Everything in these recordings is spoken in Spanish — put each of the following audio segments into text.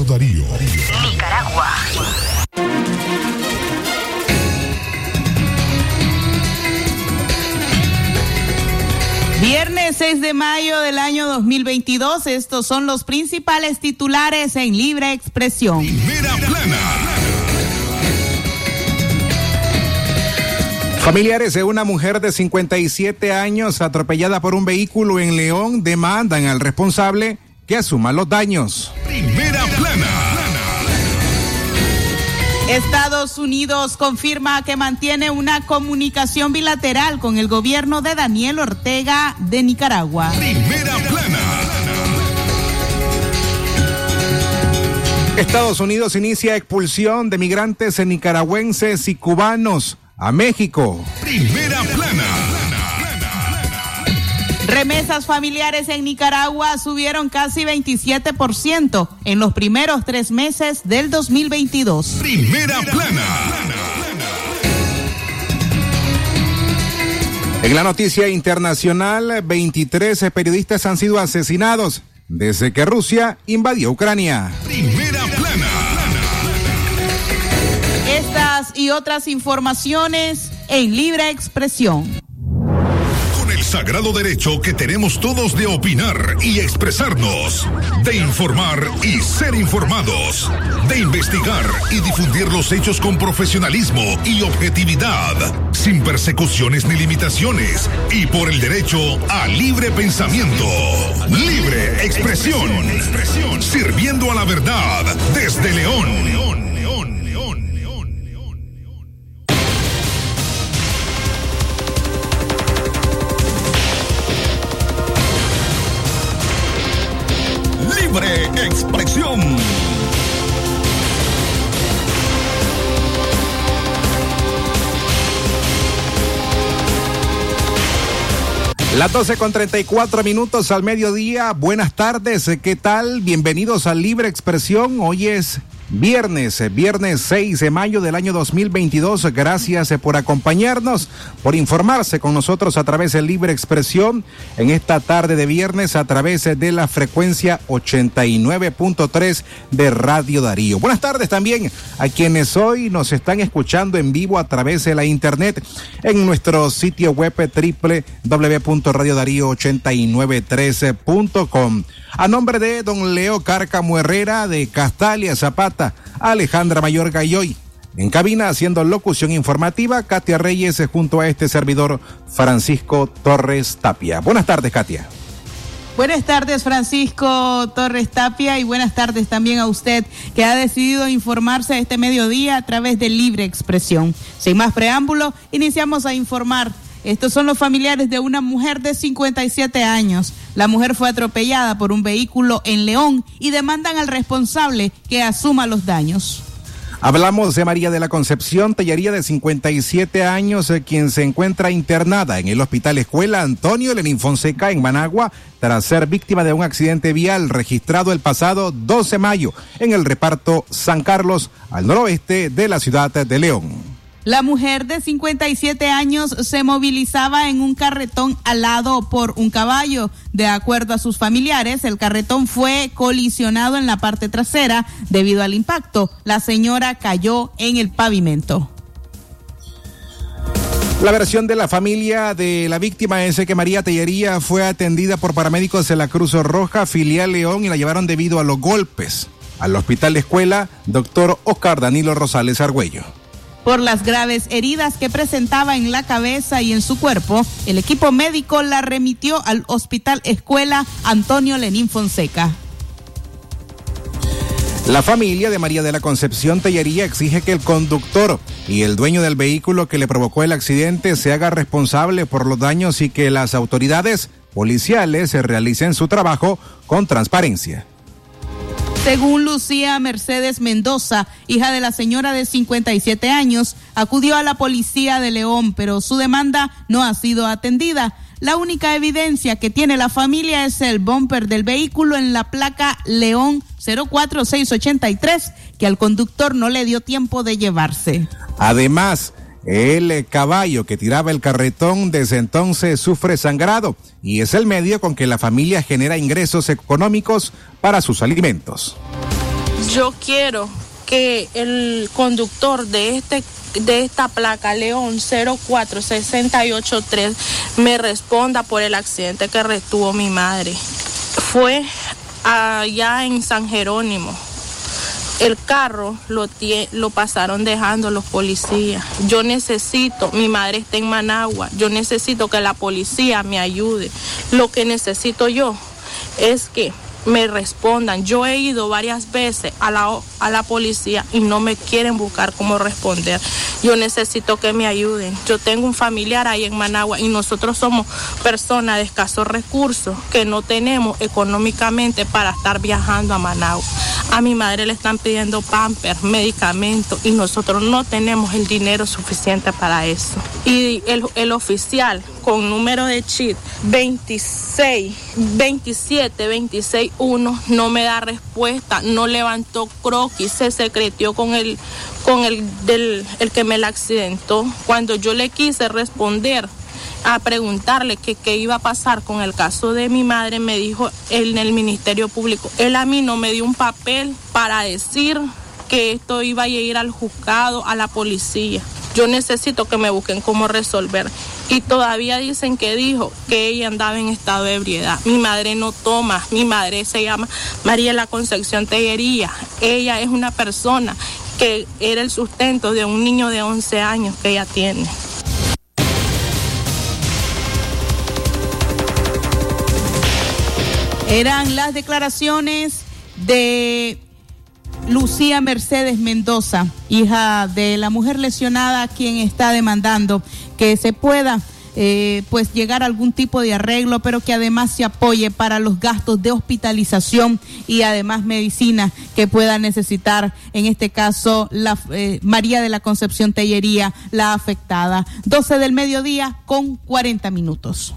Radio Darío. Nicaragua. Viernes 6 de mayo del año 2022, estos son los principales titulares en Libre Expresión. Primera plana. Familiares de una mujer de 57 años atropellada por un vehículo en León demandan al responsable que asuma los daños. Primera plana. Estados Unidos confirma que mantiene una comunicación bilateral con el gobierno de Daniel Ortega de Nicaragua. Primera plana. Estados Unidos inicia expulsión de migrantes nicaragüenses y cubanos a México. Primera plana. Remesas familiares en Nicaragua subieron casi 27% en los primeros 3 meses del 2022. Primera plana. En la noticia internacional, 23 periodistas han sido asesinados desde que Rusia invadió Ucrania. Primera plana. Estas y otras informaciones en Libre Expresión. Sagrado derecho que tenemos todos de opinar y expresarnos, de informar y ser informados, de investigar y difundir los hechos con profesionalismo y objetividad, sin persecuciones ni limitaciones, y por el derecho a libre pensamiento, libre expresión, sirviendo a la verdad desde León. Libre expresión. Las 12:34 al mediodía. Buenas tardes, ¿qué tal? Bienvenidos a Libre Expresión. Hoy es viernes 6 de mayo del año 2022. Gracias por acompañarnos, por informarse con nosotros a través de Libre Expresión en esta tarde de viernes a través de la frecuencia 89.3 de Radio Darío. Buenas tardes también a quienes hoy nos están escuchando en vivo a través de la internet en nuestro sitio web www.radiodarío893.com. A nombre de don Leo Cárcamo Herrera, de Castalia Zapata, Alejandra Mayor Gayoy. En cabina haciendo locución informativa, Katia Reyes junto a este servidor Francisco Torres Tapia. Buenas tardes, Katia. Buenas tardes, Francisco Torres Tapia, y buenas tardes también a usted que ha decidido informarse este mediodía a través de Libre Expresión. Sin más preámbulo, iniciamos a informar. Estos son los familiares de una mujer de 57 años. La mujer fue atropellada por un vehículo en León y demandan al responsable que asuma los daños. Hablamos de María de la Concepción Tellería, de 57 años, quien se encuentra internada en el Hospital Escuela Antonio Lenín Fonseca en Managua tras ser víctima de un accidente vial registrado el pasado 12 de mayo en el reparto San Carlos, al noroeste de la ciudad de León. La mujer de 57 años se movilizaba en un carretón alado por un caballo. De acuerdo a sus familiares, el carretón fue colisionado en la parte trasera. Debido al impacto, la señora cayó en el pavimento. La versión de la familia de la víctima es que María Tellería fue atendida por paramédicos de la Cruz Roja, filial León, y la llevaron debido a los golpes al Hospital Escuela Dr. Oscar Danilo Rosales Argüello. Por las graves heridas que presentaba en la cabeza y en su cuerpo, el equipo médico la remitió al Hospital Escuela Antonio Lenín Fonseca. La familia de María de la Concepción Tellería exige que el conductor y el dueño del vehículo que le provocó el accidente se haga responsable por los daños y que las autoridades policiales realicen su trabajo con transparencia. Según Lucía Mercedes Mendoza, hija de la señora de 57 años, acudió a la policía de León, pero su demanda no ha sido atendida. La única evidencia que tiene la familia es el bumper del vehículo en la placa León 04683, que al conductor no le dio tiempo de llevarse. Además, el caballo que tiraba el carretón desde entonces sufre sangrado y es el medio con que la familia genera ingresos económicos para sus alimentos. Yo quiero que el conductor de esta placa León 04683 me responda por el accidente que retuvo mi madre. Fue allá en San Jerónimo. El carro lo pasaron dejando los policías. Yo necesito, mi madre está en Managua, yo necesito que la policía me ayude. Lo que necesito yo es que me respondan. Yo he ido varias veces a la policía y no me quieren buscar cómo responder. Yo necesito que me ayuden. Yo tengo un familiar ahí en Managua y nosotros somos personas de escasos recursos que no tenemos económicamente para estar viajando a Managua. A mi madre le están pidiendo pampers, medicamentos y nosotros no tenemos el dinero suficiente para eso. Y el oficial con número de chip 2727261 no me da respuesta, no levantó croquis, se secretió con el que me la accidentó. Cuando yo le quise responder a preguntarle qué iba a pasar con el caso de mi madre, me dijo en el Ministerio Público, él a mí no me dio un papel para decir que esto iba a ir al juzgado, a la policía. Yo necesito que me busquen cómo resolver. Y todavía dicen que dijo que ella andaba en estado de ebriedad. Mi madre no toma, mi madre se llama Mariela Concepción Tellería. Ella es una persona que era el sustento de un niño de 11 años que ella tiene. Eran las declaraciones de Lucía Mercedes Mendoza, hija de la mujer lesionada, quien está demandando que se pueda pues llegar a algún tipo de arreglo, pero que además se apoye para los gastos de hospitalización y además medicina que pueda necesitar, en este caso, María de la Concepción Tellería, la afectada. 12 del mediodía con 40 minutos.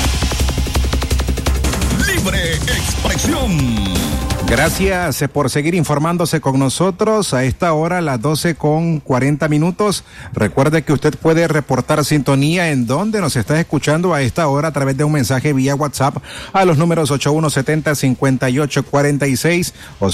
Libre Expresión. Gracias por seguir informándose con nosotros a esta hora, las 12:40. Recuerde que usted puede reportar sintonía en donde nos está escuchando a esta hora a través de un mensaje vía WhatsApp a los números 8170-5846 o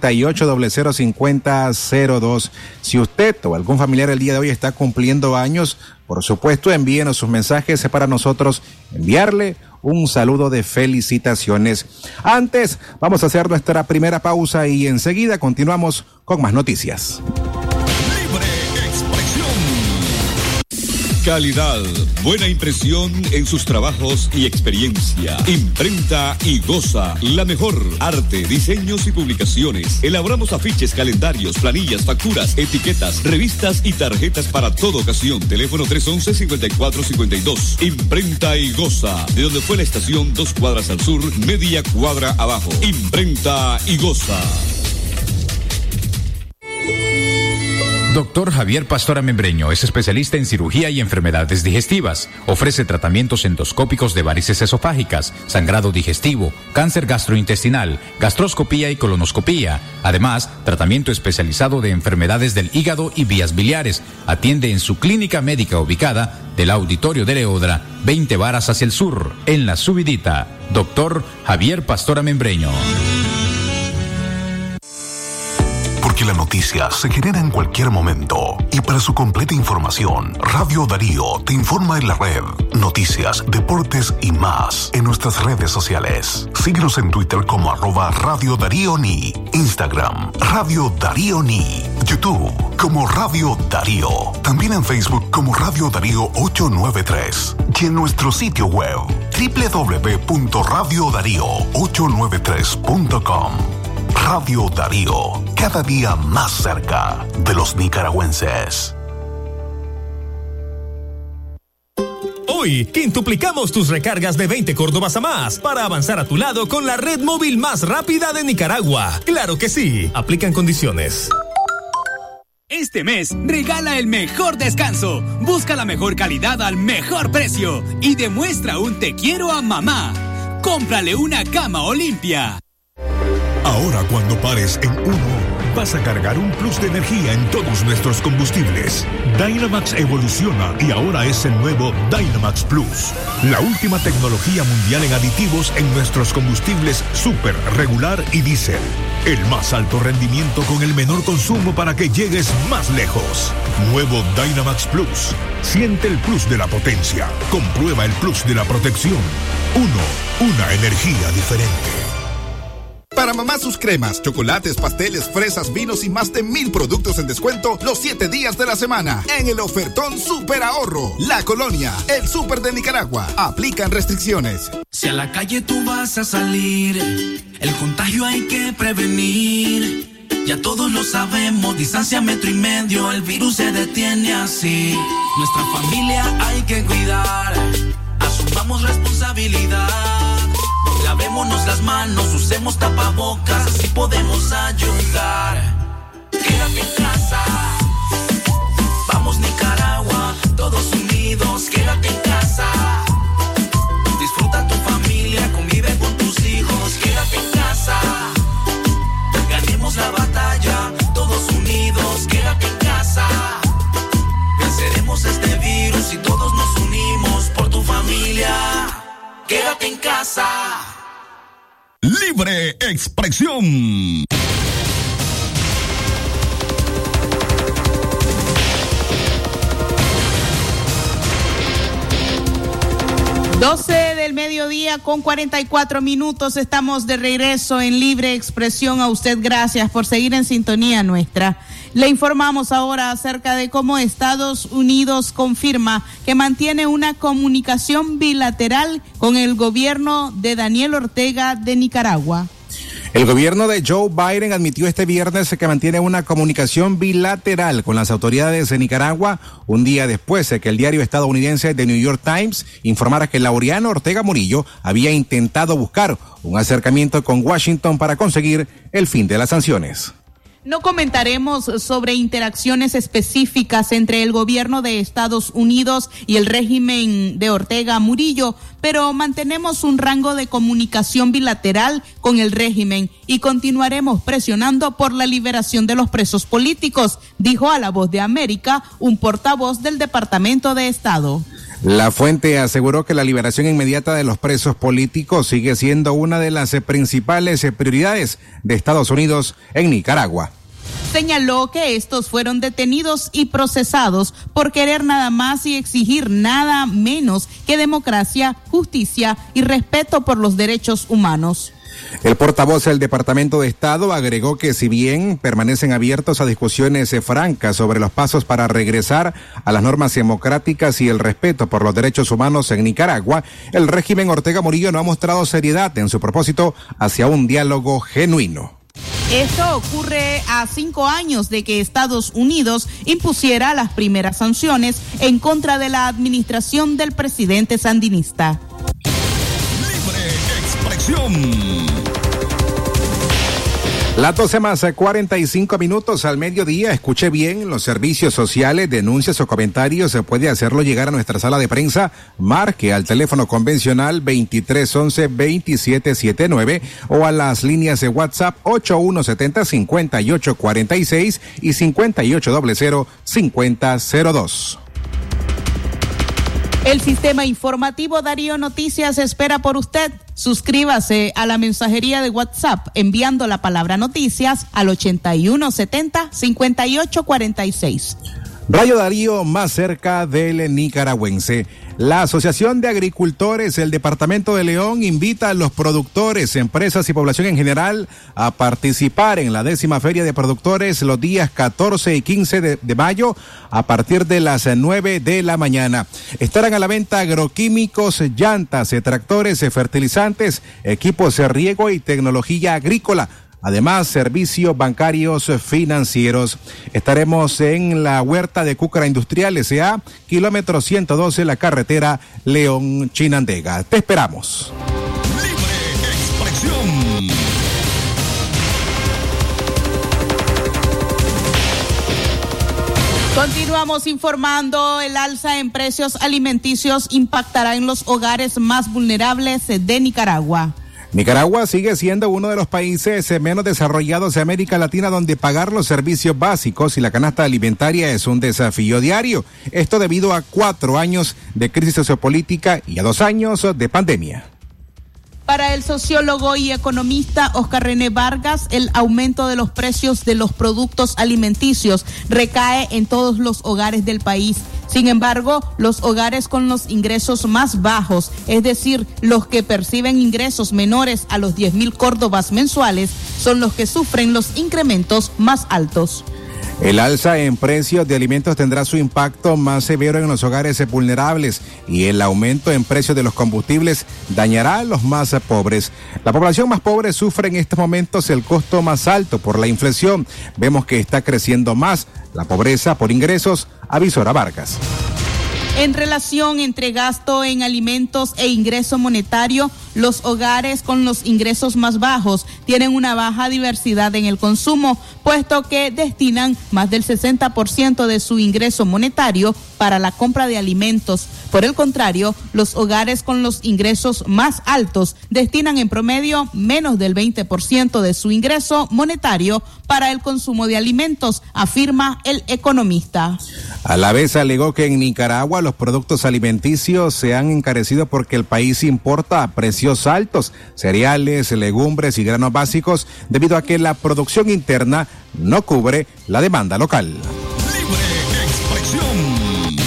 58005002. Si usted o algún familiar el día de hoy está cumpliendo años, por supuesto, envíenos sus mensajes para nosotros enviarle un saludo de felicitaciones. Antes, vamos a hacer nuestra primera pausa y enseguida continuamos con más noticias. Libre Expresión. Calidad, buena impresión en sus trabajos y experiencia. Imprenta y Goza, la mejor. Arte, diseños y publicaciones. Elaboramos afiches, calendarios, planillas, facturas, etiquetas, revistas y tarjetas para toda ocasión. Teléfono 311-5452. Imprenta y Goza, de donde fue la estación 2 cuadras al sur, media cuadra abajo. Imprenta y Goza. Doctor Javier Pastora Membreño es especialista en cirugía y enfermedades digestivas. Ofrece tratamientos endoscópicos de varices esofágicas, sangrado digestivo, cáncer gastrointestinal, gastroscopía y colonoscopía. Además, tratamiento especializado de enfermedades del hígado y vías biliares. Atiende en su clínica médica ubicada del Auditorio de Leodra, 20 varas hacia el sur, en La Subidita. Doctor Javier Pastora Membreño. Porque la noticia se genera en cualquier momento. Y para su completa información, Radio Darío te informa en la red. Noticias, deportes y más en nuestras redes sociales. Síguenos en Twitter como @Radio Darío Ni, Instagram Radio Darío Ni, YouTube como Radio Darío, también en Facebook como Radio Darío 893 y en nuestro sitio web www.radiodarío893.com. Radio Darío, cada día más cerca de los nicaragüenses. Hoy, quintuplicamos tus recargas de 20 Córdobas a más para avanzar a tu lado con la red móvil más rápida de Nicaragua. ¡Claro que sí! Aplican condiciones. Este mes, regala el mejor descanso. Busca la mejor calidad al mejor precio y demuestra un te quiero a mamá. Cómprale una cama Olimpia. Ahora cuando pares en uno, vas a cargar un plus de energía en todos nuestros combustibles. Dynamax evoluciona y ahora es el nuevo Dynamax Plus. La última tecnología mundial en aditivos en nuestros combustibles super, regular y diésel. El más alto rendimiento con el menor consumo para que llegues más lejos. Nuevo Dynamax Plus. Siente el plus de la potencia. Comprueba el plus de la protección. Una energía diferente. Para mamá sus cremas, chocolates, pasteles, fresas, vinos y más de 1,000 productos en descuento los 7 días de la semana en el ofertón Super Ahorro. La Colonia, el Super de Nicaragua. Aplican restricciones. Si a la calle tú vas a salir, el contagio hay que prevenir. Ya todos lo sabemos, distancia 1,5 metros, el virus se detiene así. Nuestra familia hay que cuidar, asumamos responsabilidad. Lavémonos las manos, usemos tapabocas, así podemos ayudar. Quédate en casa, vamos Nicaragua, todos unidos, quédate en casa. Disfruta tu familia, convive con tus hijos, quédate en casa. Ganemos la batalla, todos unidos, quédate en casa. Venceremos este virus y todos nos unimos por tu familia. Quédate en casa. Libre expresión. Del mediodía con 44 minutos. Estamos de regreso en Libre Expresión. A usted gracias por seguir en sintonía nuestra. Le informamos ahora acerca de cómo Estados Unidos confirma que mantiene una comunicación bilateral con el gobierno de Daniel Ortega de Nicaragua. El gobierno de Joe Biden admitió este viernes que mantiene una comunicación bilateral con las autoridades de Nicaragua, un día después de que el diario estadounidense The New York Times informara que Laureano Ortega Murillo había intentado buscar un acercamiento con Washington para conseguir el fin de las sanciones. No comentaremos sobre interacciones específicas entre el gobierno de Estados Unidos y el régimen de Ortega Murillo, pero mantenemos un rango de comunicación bilateral con el régimen y continuaremos presionando por la liberación de los presos políticos, dijo a La Voz de América un portavoz del Departamento de Estado. La fuente aseguró que la liberación inmediata de los presos políticos sigue siendo una de las principales prioridades de Estados Unidos en Nicaragua. Señaló que estos fueron detenidos y procesados por querer nada más y exigir nada menos que democracia, justicia y respeto por los derechos humanos. El portavoz del Departamento de Estado agregó que si bien permanecen abiertos a discusiones francas sobre los pasos para regresar a las normas democráticas y el respeto por los derechos humanos en Nicaragua, el régimen Ortega Murillo no ha mostrado seriedad en su propósito hacia un diálogo genuino. Esto ocurre a 5 años de que Estados Unidos impusiera las primeras sanciones en contra de la administración del presidente sandinista. Libre expresión. Las 12:45 al mediodía. Escuche bien, los servicios sociales, denuncias o comentarios se puede hacerlo llegar a nuestra sala de prensa. Marque al teléfono convencional 2311-2779 o a las líneas de WhatsApp 8170-5846 y 5800-5002. El sistema informativo Darío Noticias espera por usted. Suscríbase a la mensajería de WhatsApp enviando la palabra noticias al 8170-5846. Radio Darío, más cerca del nicaragüense. La Asociación de Agricultores del Departamento de León invita a los productores, empresas y población en general a participar en la 10ª Feria de Productores los días 14 y 15 de mayo a partir de las 9 de la mañana. Estarán a la venta agroquímicos, llantas, tractores, fertilizantes, equipos de riego y tecnología agrícola. Además, servicios bancarios financieros. Estaremos en la huerta de Cúcara Industrial S.A., kilómetro 112, la carretera León-Chinandega. Te esperamos. Libre expresión. Continuamos informando. El alza en precios alimenticios impactará en los hogares más vulnerables de Nicaragua. Nicaragua sigue siendo uno de los países menos desarrollados de América Latina donde pagar los servicios básicos y la canasta alimentaria es un desafío diario. Esto debido a 4 años de crisis sociopolítica y a 2 años de pandemia. Para el sociólogo y economista Oscar René Vargas, el aumento de los precios de los productos alimenticios recae en todos los hogares del país. Sin embargo, los hogares con los ingresos más bajos, es decir, los que perciben ingresos menores a los 10,000 córdobas mensuales, son los que sufren los incrementos más altos. El alza en precios de alimentos tendrá su impacto más severo en los hogares vulnerables y el aumento en precios de los combustibles dañará a los más pobres. La población más pobre sufre en estos momentos el costo más alto por la inflación. Vemos que está creciendo más la pobreza por ingresos, avisora Vargas. En relación entre gasto en alimentos e ingreso monetario, los hogares con los ingresos más bajos tienen una baja diversidad en el consumo, puesto que destinan más del 60% de su ingreso monetario para la compra de alimentos. Por el contrario, los hogares con los ingresos más altos destinan en promedio menos del 20% de su ingreso monetario para el consumo de alimentos, afirma el economista. A la vez alegó que en Nicaragua los productos alimenticios se han encarecido porque el país importa a precios altos, cereales, legumbres y granos básicos, debido a que la producción interna no cubre la demanda local. Libre expresión.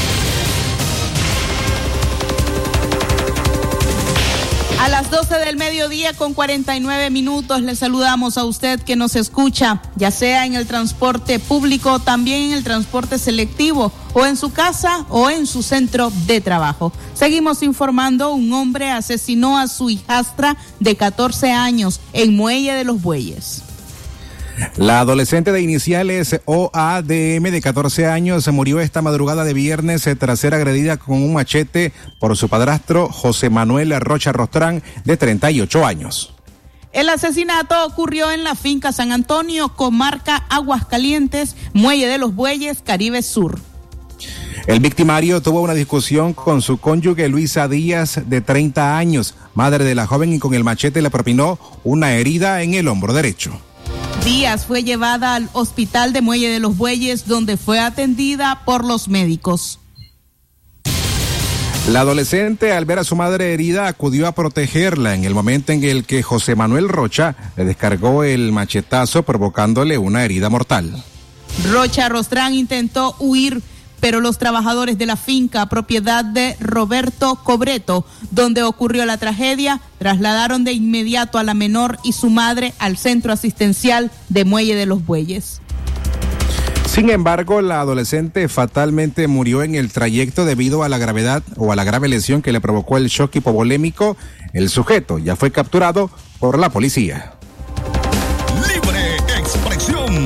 A las 12 del mediodía con 49 minutos le saludamos a usted que nos escucha, ya sea en el transporte público, también en el transporte selectivo, o en su casa o en su centro de trabajo. Seguimos informando, un hombre asesinó a su hijastra de 14 años en Muelle de los Bueyes. La adolescente de iniciales OADM de 14 años murió esta madrugada de viernes tras ser agredida con un machete por su padrastro José Manuel Rocha Rostrán, de 38 años. El asesinato ocurrió en la finca San Antonio, comarca Aguascalientes, Muelle de los Bueyes, Caribe Sur. El victimario tuvo una discusión con su cónyuge Luisa Díaz, de 30 años, madre de la joven, y con el machete le propinó una herida en el hombro derecho. Díaz fue llevada al hospital de Muelle de los Bueyes, donde fue atendida por los médicos. La adolescente, al ver a su madre herida, acudió a protegerla en el momento en el que José Manuel Rocha le descargó el machetazo, provocándole una herida mortal. Rocha Rostrán intentó huir, pero los trabajadores de la finca, propiedad de Roberto Cobreto, donde ocurrió la tragedia, trasladaron de inmediato a la menor y su madre al centro asistencial de Muelle de los Bueyes. Sin embargo, la adolescente fatalmente murió en el trayecto debido a la gravedad o a la grave lesión que le provocó el shock hipovolémico. El sujeto ya fue capturado por la policía. Libre expresión.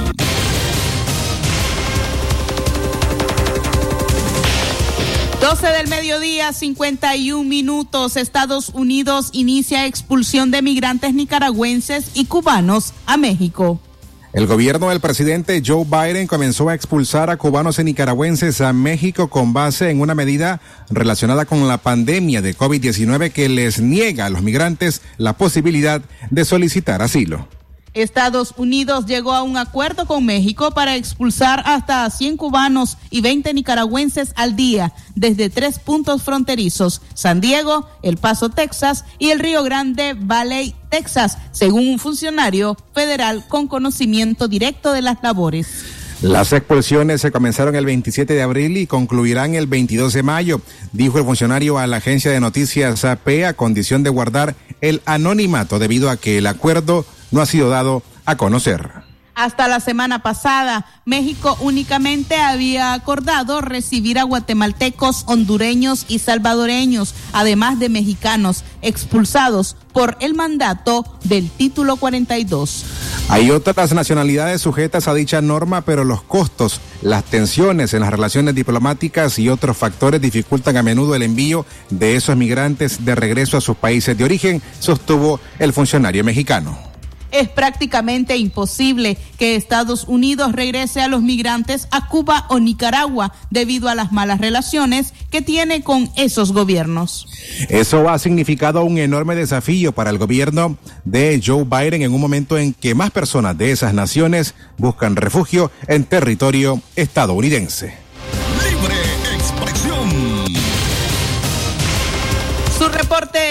Del mediodía, 51 minutos. Estados Unidos inicia expulsión de migrantes nicaragüenses y cubanos a México. El gobierno del presidente Joe Biden comenzó a expulsar a cubanos y nicaragüenses a México con base en una medida relacionada con la pandemia de COVID-19 que les niega a los migrantes la posibilidad de solicitar asilo. Estados Unidos llegó a un acuerdo con México para expulsar hasta 100 cubanos y 20 nicaragüenses al día desde 3 puntos fronterizos: San Diego, El Paso, Texas, y el Río Grande Valley, Texas, según un funcionario federal con conocimiento directo de las labores. Las expulsiones se comenzaron el 27 de abril y concluirán el 22 de mayo, dijo el funcionario a la agencia de noticias AP, a condición de guardar el anonimato debido a que el acuerdo no ha sido dado a conocer. Hasta la semana pasada, México únicamente había acordado recibir a guatemaltecos, hondureños y salvadoreños, además de mexicanos expulsados por el mandato del Título 42. Hay otras nacionalidades sujetas a dicha norma, pero los costos, las tensiones en las relaciones diplomáticas y otros factores dificultan a menudo el envío de esos migrantes de regreso a sus países de origen, sostuvo el funcionario mexicano. Es prácticamente imposible que Estados Unidos regrese a los migrantes a Cuba o Nicaragua debido a las malas relaciones que tiene con esos gobiernos. Eso ha significado un enorme desafío para el gobierno de Joe Biden en un momento en que más personas de esas naciones buscan refugio en territorio estadounidense. Libre expresión. Su reporte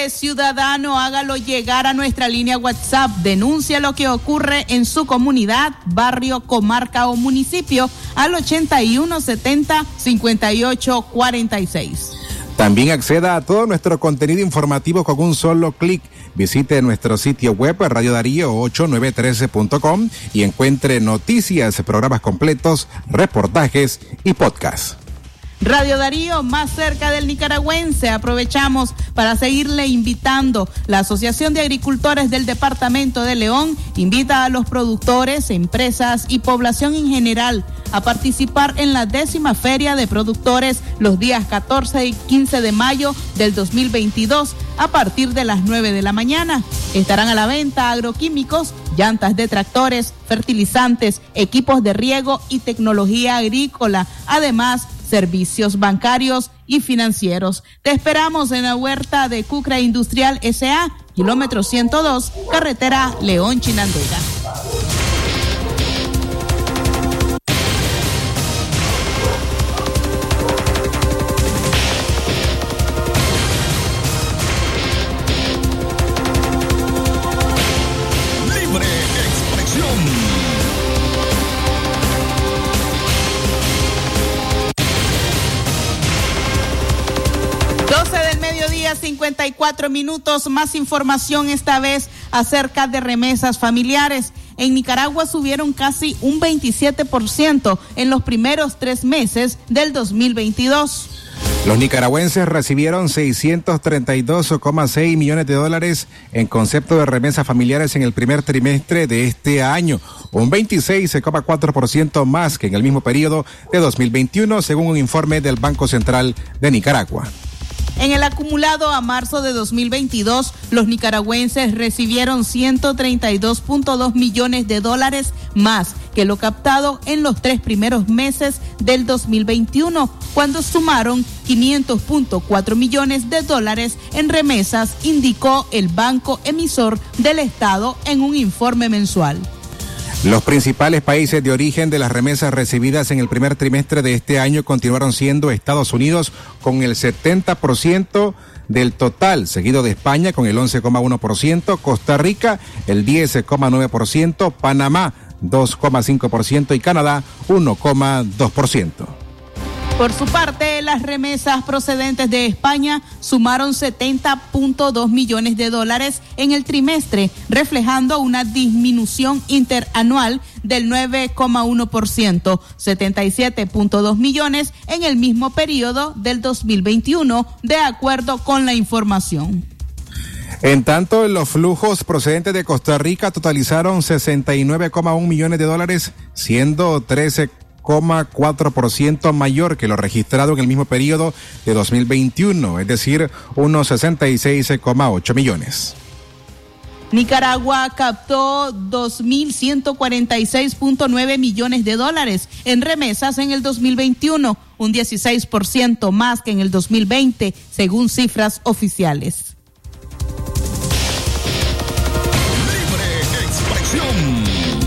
Usted, ciudadano, hágalo llegar a nuestra línea WhatsApp. Denuncia lo que ocurre en su comunidad, barrio, comarca o municipio al 8170-5846. También acceda a todo nuestro contenido informativo con un solo clic. Visite nuestro sitio web radiodarío8913.com y encuentre noticias, programas completos, reportajes y podcasts. Radio Darío, más cerca del nicaragüense. Aprovechamos para seguirle invitando. La Asociación de Agricultores del Departamento de León invita a los productores, empresas y población en general a participar en la 10ª Feria de Productores los días 14 y 15 de mayo del 2022 a partir de las 9 de la mañana. Estarán a la venta agroquímicos, llantas de tractores, fertilizantes, equipos de riego y tecnología agrícola, además servicios bancarios y financieros. Te esperamos en la huerta de Cucra Industrial S.A., kilómetro 102, carretera León-Chinandega. Del mediodía, 54 minutos. Más información esta vez acerca de remesas familiares. En Nicaragua subieron casi un 27% en los primeros 3 meses del 2022. Los nicaragüenses recibieron 632,6 millones de dólares en concepto de remesas familiares en el primer trimestre de este año, un 26,4% más que en el mismo periodo de 2021, según un informe del Banco Central de Nicaragua. En el acumulado a marzo de 2022, los nicaragüenses recibieron 132.2 millones de dólares más que lo captado en los 3 primeros meses del 2021, cuando sumaron 500.4 millones de dólares en remesas, indicó el banco emisor del Estado en un informe mensual. Los principales países de origen de las remesas recibidas en el primer trimestre de este año continuaron siendo Estados Unidos con el 70% del total, seguido de España con el 11,1%, Costa Rica el 10,9%, Panamá 2,5% y Canadá 1,2%. Por su parte, las remesas procedentes de España sumaron 70.2 millones de dólares en el trimestre, reflejando una disminución interanual del 9,1%, 77.2 millones en el mismo periodo del 2021, de acuerdo con la información. En tanto, los flujos procedentes de Costa Rica totalizaron 69,1 millones de dólares, siendo 13,4% mayor que lo registrado en el mismo periodo de 2021, es decir, unos 66,8 millones. Nicaragua captó 2.146.9 millones de dólares en remesas en el 2021, un 16% más que en el 2020, según cifras oficiales. Libre expresión.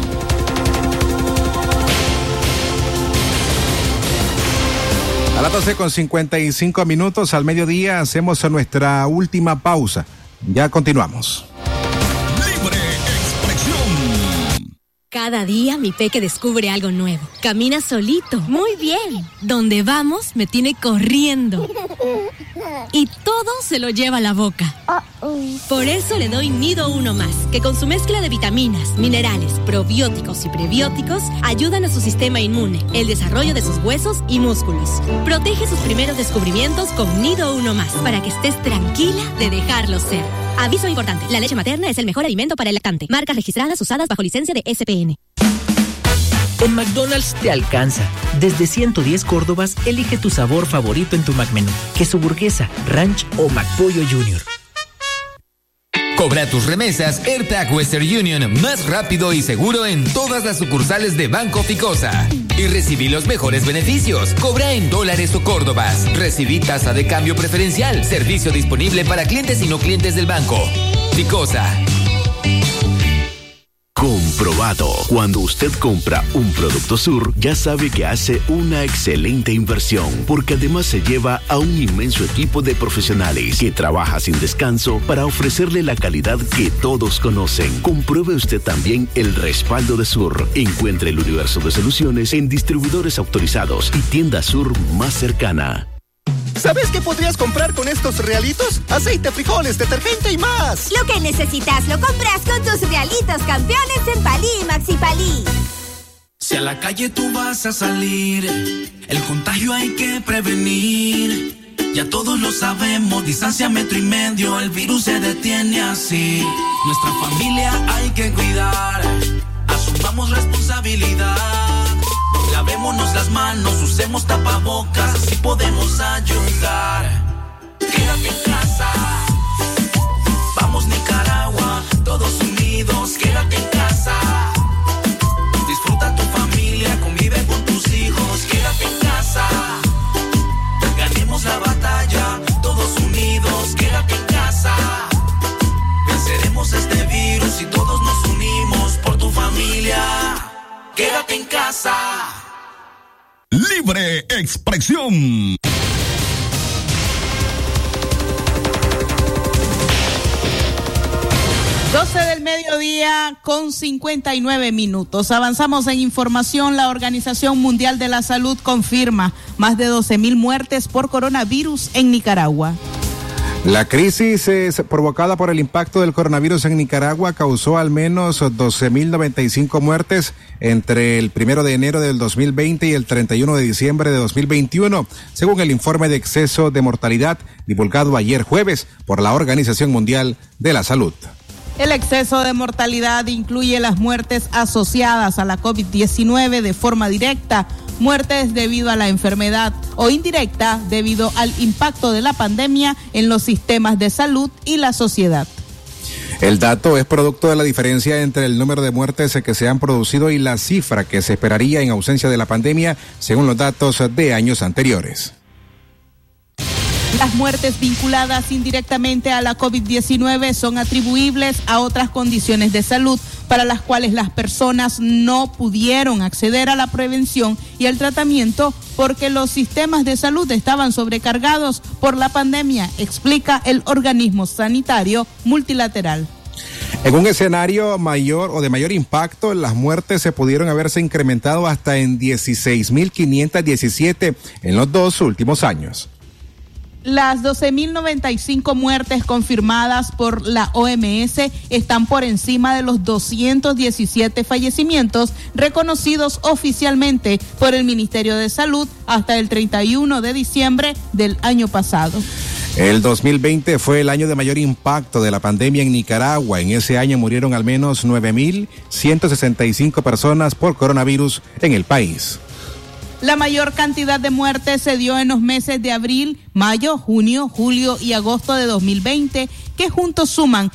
A las 12:55 minutos al mediodía hacemos nuestra última pausa. Ya continuamos. Libre expresión. Cada día mi peque descubre algo nuevo. Camina solito. Muy bien. Donde vamos me tiene corriendo. Y todo se lo lleva a la boca. Por eso le doy Nido Uno Más, que con su mezcla de vitaminas, minerales, probióticos y prebióticos ayudan a su sistema inmune, el desarrollo de sus huesos y músculos. Protege sus primeros descubrimientos con Nido Uno Más, para que estés tranquila de dejarlo ser. Aviso importante: la leche materna es el mejor alimento para el lactante. Marcas registradas usadas bajo licencia de SPN. En McDonald's te alcanza. Desde 110 Córdobas, elige tu sabor favorito en tu McMenú. Queso burguesa, ranch o McPollo Junior. Cobra tus remesas AirTag Western Union más rápido y seguro en todas las sucursales de Banco Ficosa. Y recibí los mejores beneficios. Cobra en dólares o córdobas. Recibí tasa de cambio preferencial. Servicio disponible para clientes y no clientes del banco. Ficosa. Comprobado. Cuando usted compra un producto Sur, ya sabe que hace una excelente inversión, porque además se lleva a un inmenso equipo de profesionales que trabaja sin descanso para ofrecerle la calidad que todos conocen. Compruebe usted también el respaldo de Sur. Encuentre el universo de soluciones en distribuidores autorizados y tienda Sur más cercana. ¿Sabes qué podrías comprar con estos realitos? Aceite, frijoles, detergente y más. Lo que necesitas lo compras con tus realitos campeones en Palí y Maxi Palí. Si a la calle tú vas a salir, el contagio hay que prevenir. Ya todos lo sabemos, distancia 1,5 metros, el virus se detiene así. Nuestra familia hay que cuidar, asumamos responsabilidad. Lavémonos las manos, usemos tapabocas, así podemos ayudar. Quédate en casa, vamos Nicaragua, todos unidos, quédate en casa. Disfruta tu familia, convive con tus hijos, quédate en casa. Ganemos la batalla, todos unidos, quédate en casa. Venceremos este virus y todos nos unimos por tu familia. Quédate en casa. Libre Expresión. Del mediodía con 59 minutos. Avanzamos en información. La Organización Mundial de la Salud confirma más de 12,000 muertes por coronavirus en Nicaragua. La crisis provocada por el impacto del coronavirus en Nicaragua causó al menos 12,095 muertes entre el 1 de enero del 2020 y el 31 de diciembre de 2021, según el informe de exceso de mortalidad divulgado ayer jueves por la Organización Mundial de la Salud. El exceso de mortalidad incluye las muertes asociadas a la COVID-19 de forma directa, muertes debido a la enfermedad o indirecta debido al impacto de la pandemia en los sistemas de salud y la sociedad. El dato es producto de la diferencia entre el número de muertes que se han producido y la cifra que se esperaría en ausencia de la pandemia, según los datos de años anteriores. Las muertes vinculadas indirectamente a la COVID-19 son atribuibles a otras condiciones de salud para las cuales las personas no pudieron acceder a la prevención y al tratamiento porque los sistemas de salud estaban sobrecargados por la pandemia, explica el organismo sanitario multilateral. En un escenario mayor o de mayor impacto, las muertes se pudieron haberse incrementado hasta en 16,517 en los 2 últimos años. Las 12,095 muertes confirmadas por la OMS están por encima de los 217 fallecimientos reconocidos oficialmente por el Ministerio de Salud hasta el 31 de diciembre del año pasado. El 2020 fue el año de mayor impacto de la pandemia en Nicaragua. En ese año murieron al menos 9,165 personas por coronavirus en el país. La mayor cantidad de muertes se dio en los meses de abril, mayo, junio, julio y agosto de 2020, que juntos suman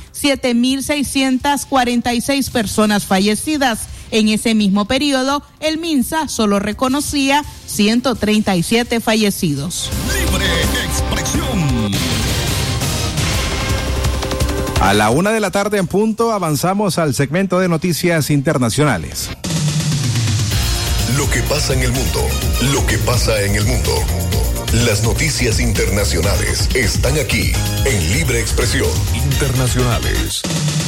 7,646 personas fallecidas. En ese mismo periodo, el MINSA solo reconocía 137 fallecidos. Libre Expresión. A la 1:00 p.m. en punto, avanzamos al segmento de noticias internacionales. Lo que pasa en el mundo, lo que pasa en el mundo. Las noticias internacionales están aquí en Libre Expresión. Internacionales.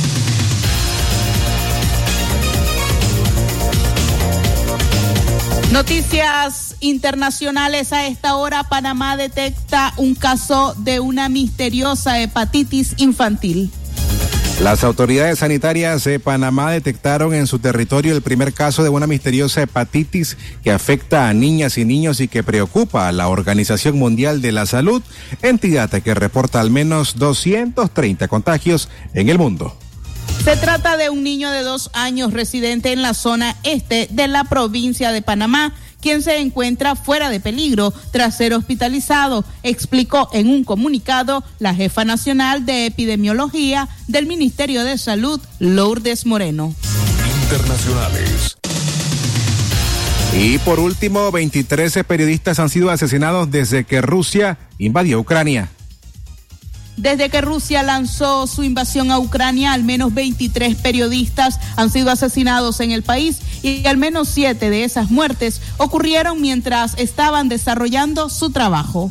Noticias internacionales a esta hora. Panamá detecta un caso de una misteriosa hepatitis infantil. Las autoridades sanitarias de Panamá detectaron en su territorio el primer caso de una misteriosa hepatitis que afecta a niñas y niños y que preocupa a la Organización Mundial de la Salud, entidad que reporta al menos 230 contagios en el mundo. Se trata de un niño de 2 años residente en la zona este de la provincia de Panamá, quien se encuentra fuera de peligro tras ser hospitalizado, explicó en un comunicado la jefa nacional de epidemiología del Ministerio de Salud, Lourdes Moreno. Internacionales. Y por último, 23 periodistas han sido asesinados desde que Rusia invadió Ucrania. Desde que Rusia lanzó su invasión a Ucrania, al menos 23 periodistas han sido asesinados en el país y al menos 7 de esas muertes ocurrieron mientras estaban desarrollando su trabajo.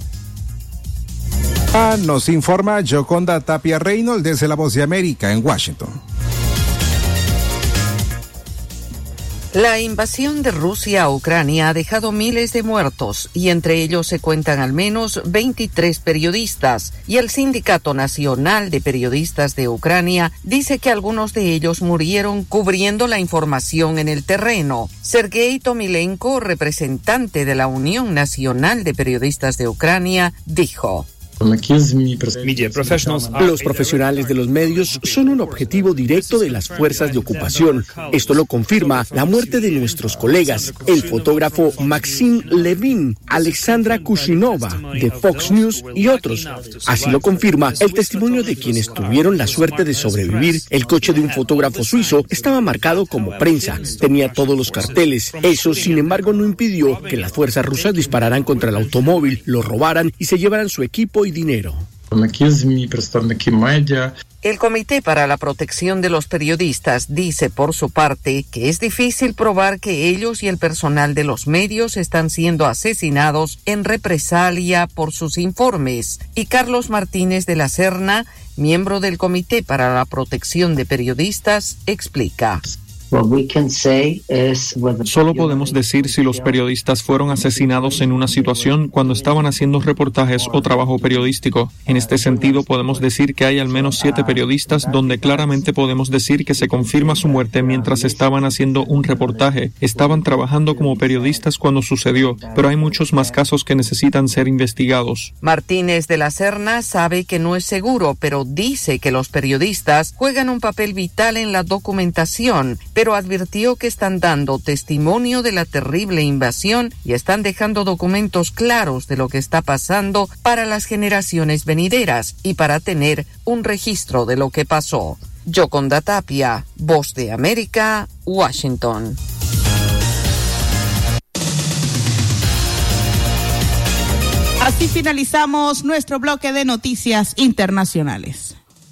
Nos informa Yoconda Tapia Reynolds desde La Voz de América en Washington. La invasión de Rusia a Ucrania ha dejado miles de muertos y entre ellos se cuentan al menos 23 periodistas, y el Sindicato Nacional de Periodistas de Ucrania dice que algunos de ellos murieron cubriendo la información en el terreno. Sergei Tomilenko, representante de la Unión Nacional de Periodistas de Ucrania, dijo: Los profesionales de los medios son un objetivo directo de las fuerzas de ocupación. Esto lo confirma la muerte de nuestros colegas, el fotógrafo Maxim Levin, Alexandra Kushinova, de Fox News y otros. Así lo confirma el testimonio de quienes tuvieron la suerte de sobrevivir. El coche de un fotógrafo suizo estaba marcado como prensa, tenía todos los carteles. Eso, sin embargo, no impidió que las fuerzas rusas dispararan contra el automóvil, lo robaran y se llevaran su equipo y dinero. El Comité para la Protección de los Periodistas dice por su parte que es difícil probar que ellos y el personal de los medios están siendo asesinados en represalia por sus informes. Y Carlos Martínez de la Serna, miembro del Comité para la Protección de Periodistas, explica: Solo podemos decir si los periodistas fueron asesinados en una situación cuando estaban haciendo reportajes o trabajo periodístico. En este sentido, podemos decir que hay al menos 7 periodistas donde claramente podemos decir que se confirma su muerte mientras estaban haciendo un reportaje. Estaban trabajando como periodistas cuando sucedió, pero hay muchos más casos que necesitan ser investigados. Martínez de la Serna sabe que no es seguro, pero dice que los periodistas juegan un papel vital en la documentación, pero advirtió que están dando testimonio de la terrible invasión y están dejando documentos claros de lo que está pasando para las generaciones venideras y para tener un registro de lo que pasó. Yoconda Tapia, Voz de América, Washington. Así finalizamos nuestro bloque de noticias internacionales.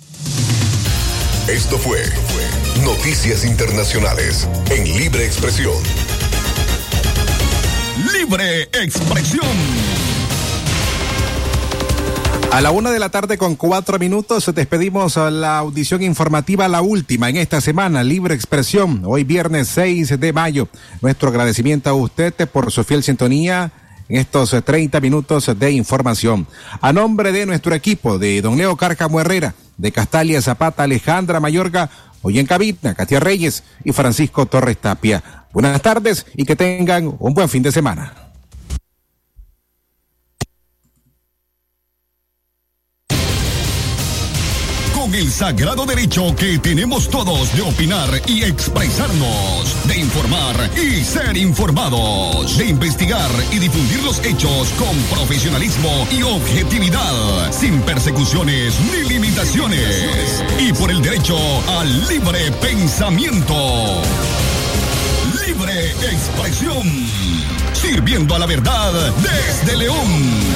Esto fue Noticias Internacionales en Libre Expresión. Libre Expresión. A la 1:04 p.m. despedimos a la audición informativa, la última en esta semana, Libre Expresión, hoy viernes 6 de mayo. Nuestro agradecimiento a usted por su fiel sintonía en estos 30 minutos de información. A nombre de nuestro equipo, de don Leo Cárcamo Herrera, de Castalia Zapata, Alejandra Mayorga, hoy en cabina, Katia Reyes y Francisco Torres Tapia. Buenas tardes y que tengan un buen fin de semana. Con el sagrado derecho que tenemos todos de opinar y expresarnos, de informar y ser informados, de investigar y difundir los hechos con profesionalismo y objetividad, sin persecuciones ni limitaciones, y por el derecho al libre pensamiento. Libre expresión, sirviendo a la verdad desde León.